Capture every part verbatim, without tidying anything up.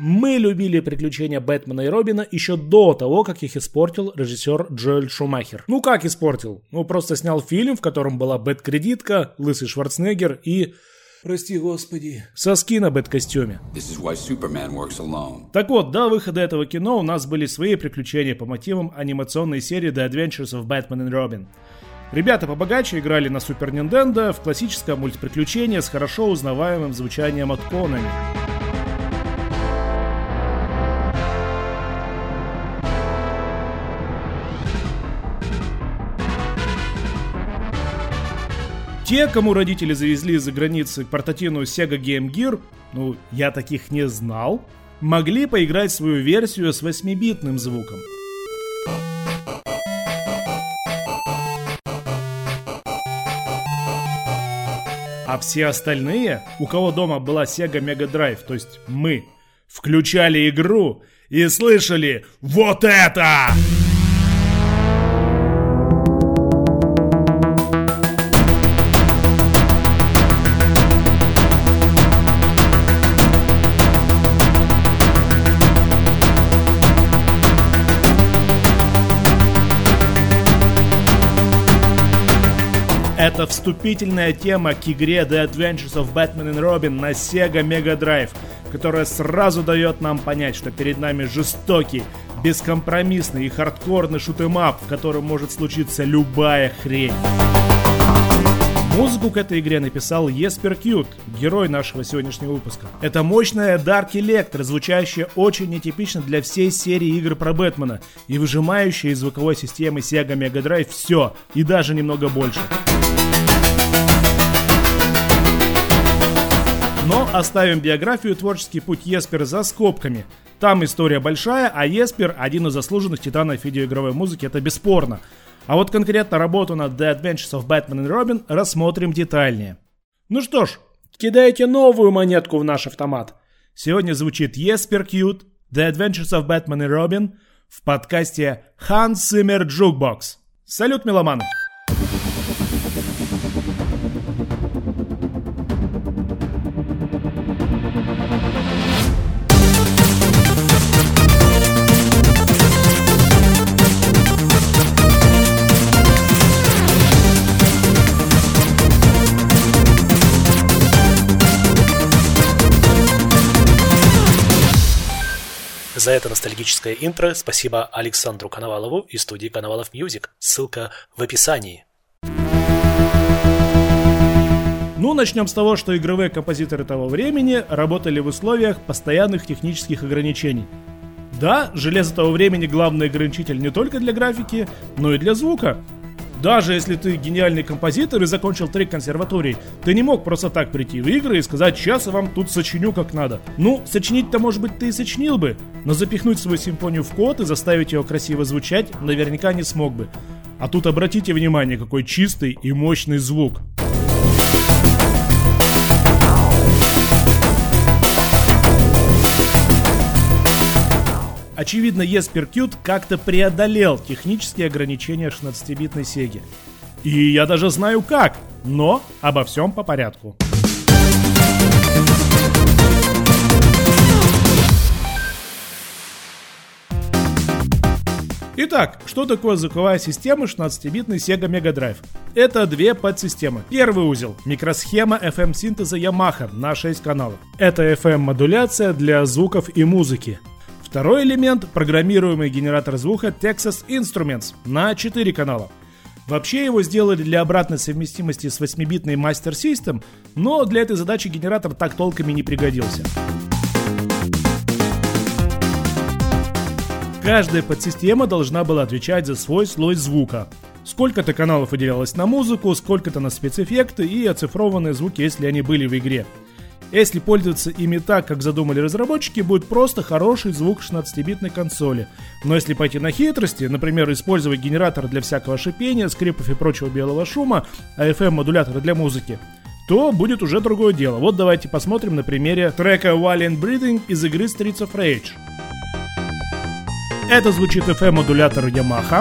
Мы любили приключения Бэтмена и Робина еще до того, как их испортил режиссер Джоэль Шумахер. Ну как испортил? Ну просто снял фильм, в котором была Бэт-кредитка, лысый Шварценеггер и... Прости господи. Соски на Бэт-костюме. Так вот, до выхода этого кино у нас были свои приключения по мотивам анимационной серии The Adventures of Batman and Robin. Ребята побогаче играли на Супер Нинтендо в классическое мультиприключение с хорошо узнаваемым звучанием от Конами. Те, кому родители завезли из-за границы портативную Sega Game Gear, ну, я таких не знал, могли поиграть свою версию с восьмибитным звуком. А все остальные, у кого дома была Sega Mega Drive, то есть мы, включали игру и слышали вот это! Это вступительная тема к игре The Adventures of Batman and Robin на Sega Mega Drive, которая сразу дает нам понять, что перед нами жестокий, бескомпромиссный и хардкорный шутэмап, в котором может случиться любая хрень. Музыку к этой игре написал Еспер Кьют, герой нашего сегодняшнего выпуска. Это мощная Dark Electro, звучащая очень нетипично для всей серии игр про Бэтмена и выжимающая из звуковой системы Sega Mega Drive все, и даже немного больше. Но оставим биографию и творческий путь Еспера за скобками. Там история большая, а Еспер один из заслуженных титанов видеоигровой музыки, это бесспорно. А вот конкретно работу над The Adventures of Batman and Robin рассмотрим детальнее. Ну что ж, кидайте новую монетку в наш автомат. Сегодня звучит Еспер Кьют, The Adventures of Batman and Robin в подкасте Hans Zimmer Jukebox. Салют, меломаны! За это ностальгическое интро спасибо Александру Коновалову и студии Коновалов Music. Ссылка в описании. Ну, начнем с того, что игровые композиторы того времени работали в условиях постоянных технических ограничений. Да, железо того времени главный ограничитель не только для графики, но и для звука. Даже если ты гениальный композитор и закончил три консерватории, ты не мог просто так прийти в игры и сказать: сейчас я вам тут сочиню как надо. Ну, сочинить-то, может быть, ты и сочинил бы, но запихнуть свою симфонию в код и заставить ее красиво звучать наверняка не смог бы. А тут обратите внимание, какой чистый и мощный звук. Очевидно, Еспер Кьют как-то преодолел технические ограничения шестнадцатибитной Сеги. И я даже знаю как, но обо всем по порядку. Итак, что такое звуковая система шестнадцатибитной Sega Mega Drive? Это две подсистемы. Первый узел – микросхема эф эм-синтеза Yamaha на шесть каналов. Это эф эм-модуляция для звуков и музыки. Второй элемент – программируемый генератор звука Texas Instruments на четыре канала. Вообще его сделали для обратной совместимости с восьмибитной Master System, но для этой задачи генератор так толком и не пригодился. Каждая подсистема должна была отвечать за свой слой звука. Сколько-то каналов выделялось на музыку, сколько-то на спецэффекты и оцифрованные звуки, если они были в игре. Если пользоваться ими так, как задумали разработчики, будет просто хороший звук шестнадцатибитной консоли. Но если пойти на хитрости, например, использовать генератор для всякого шипения, скрипов и прочего белого шума, а эф эм-модуляторы для музыки, то будет уже другое дело. Вот давайте посмотрим на примере трека While and Breathing из игры Streets of Rage. Это звучит эф эм-модулятор Yamaha.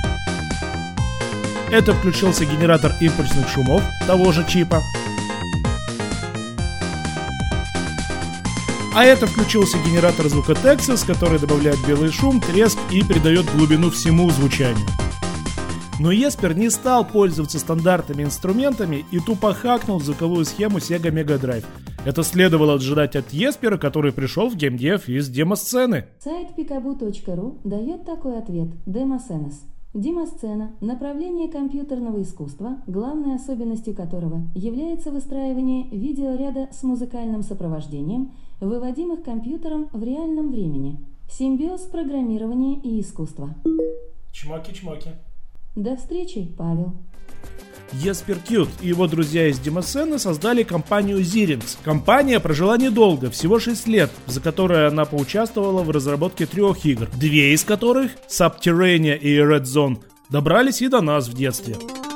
Это включился генератор импульсных шумов того же чипа. А это включился генератор звука Texas, который добавляет белый шум, треск и придает глубину всему звучанию. Но Еспер не стал пользоваться стандартными инструментами и тупо хакнул звуковую схему Sega Mega Drive. Это следовало ожидать от Еспера, который пришел в геймдев из демосцены. Сайт пикабу точка ру дает такой ответ. Демосценес. Демосцена – направление компьютерного искусства, главной особенностью которого является выстраивание видеоряда с музыкальным сопровождением, выводимых компьютером в реальном времени. Симбиоз программирования и искусства. Чмоки-чмоки. До встречи, Павел. Еспер Кют и его друзья из демосцены создали компанию Zyrinx. Компания прожила недолго, всего шесть лет, за которое она поучаствовала в разработке трех игр, две из которых, Subterranea и Red Zone, добрались и до нас в детстве.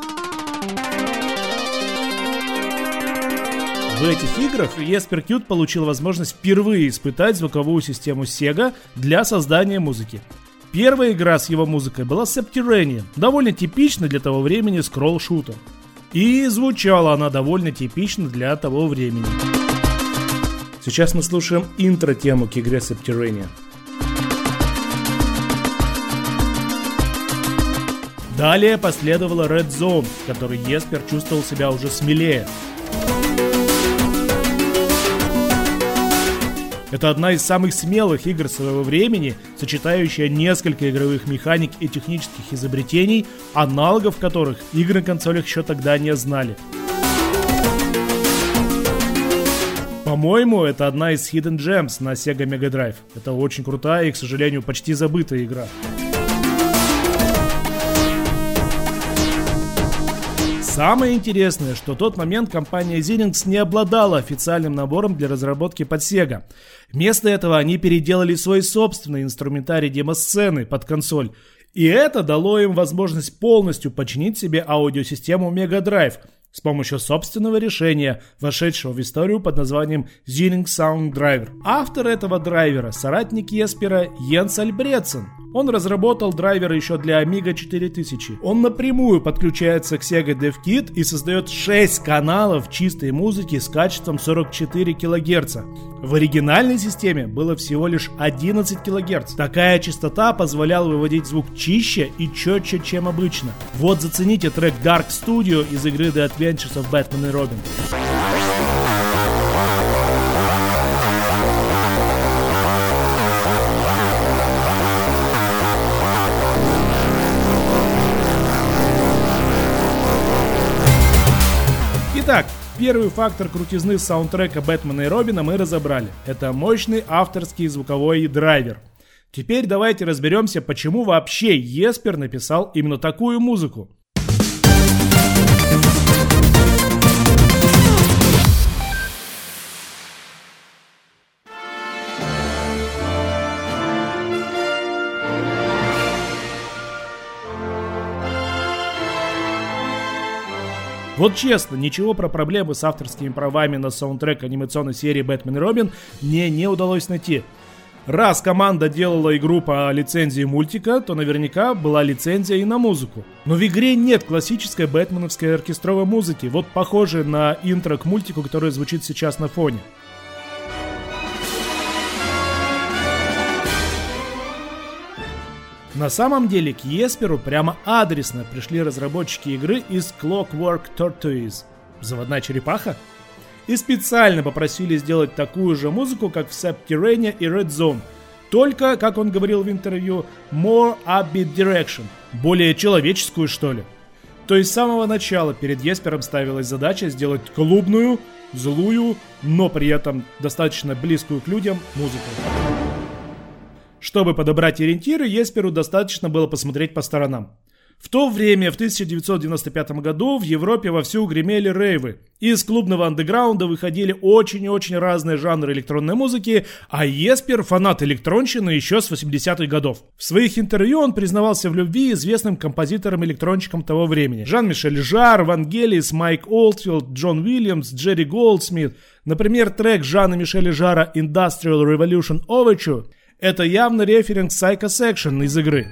В этих играх Еспер Кют получил возможность впервые испытать звуковую систему Sega для создания музыки. Первая игра с его музыкой была Subterranea, довольно типична для того времени скролл-шутер. И звучала она довольно типично для того времени. Сейчас мы слушаем интро-тему к игре Subterranea. Далее последовала Red Zone, в которой Еспер чувствовал себя уже смелее. Это одна из самых смелых игр своего времени, сочетающая несколько игровых механик и технических изобретений, аналогов которых игры на консолях еще тогда не знали. По-моему, это одна из Hidden Gems на Sega Mega Drive. Это очень крутая и, к сожалению, почти забытая игра. Самое интересное, что в тот момент компания Zyrinx не обладала официальным набором для разработки под Sega. Вместо этого они переделали свой собственный инструментарий демосцены под консоль. И это дало им возможность полностью починить себе аудиосистему Mega Drive с помощью собственного решения, вошедшего в историю под названием Zyrinx Sound Driver. Автор этого драйвера – соратник Еспера Йенс Альбрецен. Он разработал драйвер еще для Amiga четыре тысячи. Он напрямую подключается к Sega DevKit и создает шесть каналов чистой музыки с качеством сорок четыре килогерца. В оригинальной системе было всего лишь одиннадцать килогерц. Такая частота позволяла выводить звук чище и четче, чем обычно. Вот зацените трек Dark Studio из игры The Adventures of Batman и Robin. Итак, первый фактор крутизны саундтрека Бэтмена и Робина мы разобрали. Это мощный авторский звуковой драйвер. Теперь давайте разберемся, почему вообще Еспер написал именно такую музыку. Вот честно, ничего про проблемы с авторскими правами на саундтрек анимационной серии «Бэтмен и Робин» мне не удалось найти. Раз команда делала игру по лицензии мультика, то наверняка была лицензия и на музыку. Но в игре нет классической бэтменовской оркестровой музыки, вот похожей на интро к мультику, который звучит сейчас на фоне. На самом деле к Есперу прямо адресно пришли разработчики игры из Clockwork Tortoise, заводная черепаха, и специально попросили сделать такую же музыку, как в Subterranea и Red Zone, только, как он говорил в интервью, more upbeat direction, более человеческую, что ли. То есть с самого начала перед Еспером ставилась задача сделать клубную, злую, но при этом достаточно близкую к людям музыку. Чтобы подобрать ориентиры, Есперу достаточно было посмотреть по сторонам. В то время, в тысяча девятьсот девяносто пятом году, в Европе вовсю гремели рейвы. Из клубного андеграунда выходили очень и очень разные жанры электронной музыки, а Еспер – фанат электронщины еще с восьмидесятых годов. В своих интервью он признавался в любви известным композиторам-электронщикам того времени. Жан-Мишель Жар, Вангелис, Майк Олдфилд, Джон Уильямс, Джерри Голдсмит. Например, трек Жана Мишеля Жара «Industrial Revolution Overture» – это явно референс Psycho Section из игры.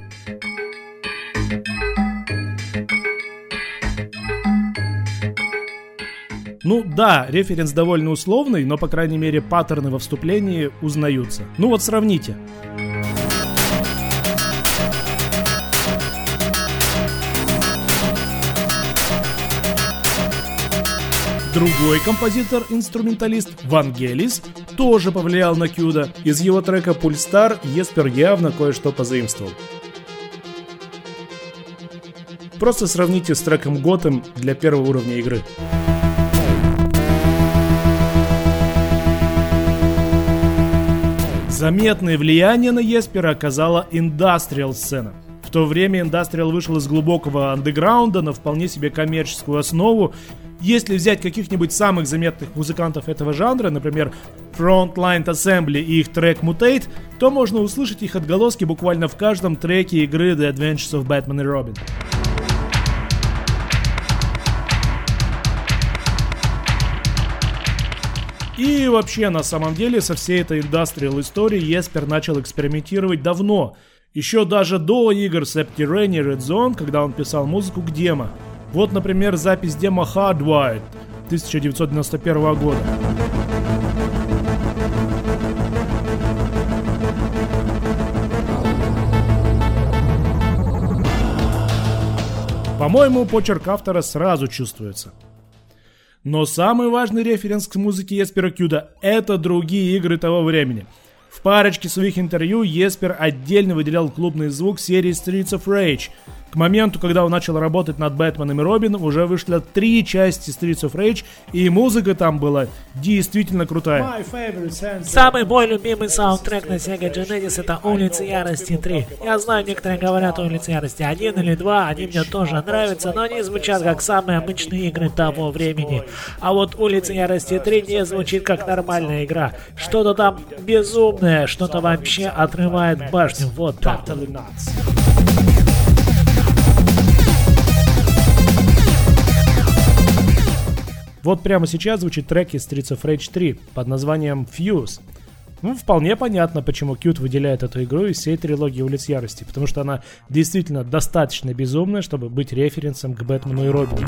Ну да, референс довольно условный, но по крайней мере паттерны во вступлении узнаются. Ну вот сравните. Другой композитор-инструменталист Вангелис тоже повлиял на Кьюда. Из его трека «Пульстар» Еспер явно кое-что позаимствовал. Просто сравните с треком «Готэм» для первого уровня игры. Заметное влияние на Еспера оказала индастриал-сцена. В то время индастриал вышел из глубокого андеграунда на вполне себе коммерческую основу. Если взять каких-нибудь самых заметных музыкантов этого жанра, например, Frontline Assembly и их трек Mutate, то можно услышать их отголоски буквально в каждом треке игры The Adventures of Batman и Robin. И вообще, на самом деле, со всей этой индастриал историей Еспер начал экспериментировать давно. Еще даже до игр Subterranean и Red Zone, когда он писал музыку к демо. Вот, например, запись демо Hardwired тысяча девятьсот девяносто первого года. По-моему, почерк автора сразу чувствуется. Но самый важный референс к музыке Еспера Кьюда – это другие игры того времени. В парочке своих интервью Еспер отдельно выделял клубный звук серии Streets of Rage. К моменту, когда он начал работать над Бэтменом и Робином, уже вышло три части Streets of Rage, и музыка там была действительно крутая. Самый мой любимый саундтрек на Sega Genesis — это «Улицы Ярости три». Я знаю, некоторые говорят «Улицы Ярости один» или два, они мне тоже нравятся, но они звучат как самые обычные игры того времени. А вот «Улицы Ярости три» не звучит как нормальная игра. Что-то там безумное, что-то вообще отрывает башню. Вот так. Вот прямо сейчас звучит трек из Streets of Rage три под названием Fuse. Ну, вполне понятно, почему Кьюд выделяет эту игру из всей трилогии Улиц Ярости, потому что она действительно достаточно безумная, чтобы быть референсом к Бэтмену и Робину.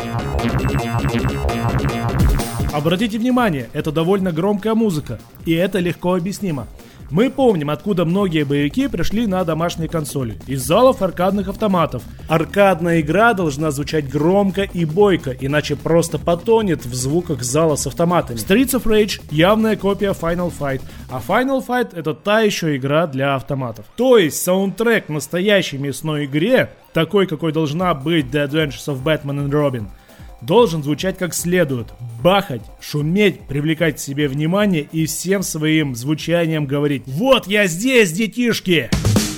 Обратите внимание, это довольно громкая музыка, и это легко объяснимо. Мы помним, откуда многие боевики пришли на домашние консоли. Из залов аркадных автоматов. Аркадная игра должна звучать громко и бойко, иначе просто потонет в звуках зала с автоматами. Streets of Rage — явная копия Final Fight, а Final Fight — это та еще игра для автоматов. То есть саундтрек настоящей мясной игре, такой, какой должна быть The Adventures of Batman and Robin, должен звучать как следует. Бахать, шуметь, привлекать к себе внимание и всем своим звучанием говорить: «Вот я здесь, детишки!»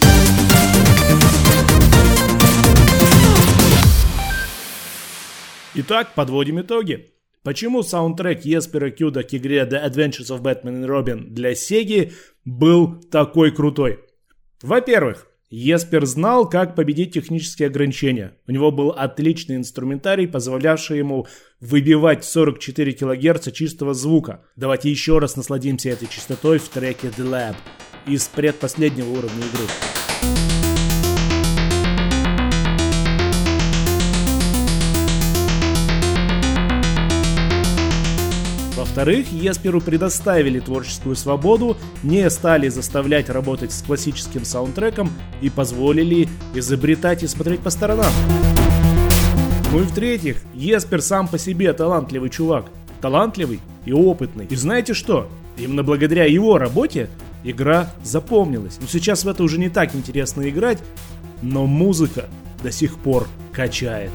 Итак, подводим итоги. Почему саундтрек Еспера Кьюда к игре The Adventures of Batman and Robin для Sega был такой крутой? Во-первых, Еспер знал, как победить технические ограничения. У него был отличный инструментарий, позволявший ему выбивать сорок четыре килогерца чистого звука. Давайте еще раз насладимся этой частотой в треке The Lab из предпоследнего уровня игры. Во-вторых, Есперу предоставили творческую свободу, не стали заставлять работать с классическим саундтреком и позволили изобретать и смотреть по сторонам. Ну и в-третьих, Еспер сам по себе талантливый чувак. Талантливый и опытный. И знаете что? Именно благодаря его работе игра запомнилась. Ну сейчас в это уже не так интересно играть, но музыка до сих пор качает.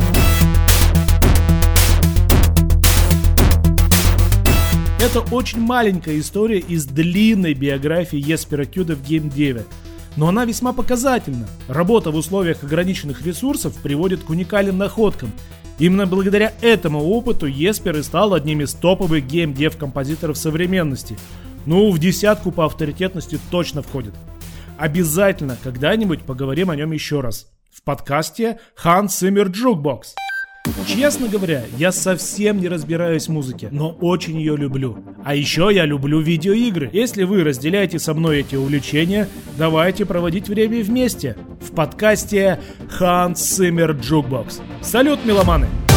Это очень маленькая история из длинной биографии Еспера Кьюда в геймдеве, но она весьма показательна. Работа в условиях ограниченных ресурсов приводит к уникальным находкам. Именно благодаря этому опыту Еспер и стал одним из топовых геймдев-композиторов современности. Ну, в десятку по авторитетности точно входит. Обязательно когда-нибудь поговорим о нем еще раз. В подкасте Hans Zimmer Jukebox. Честно говоря, я совсем не разбираюсь в музыке, но очень ее люблю. А еще я люблю видеоигры. Если вы разделяете со мной эти увлечения, давайте проводить время вместе в подкасте Hans Zimmer Jukebox. Салют, меломаны!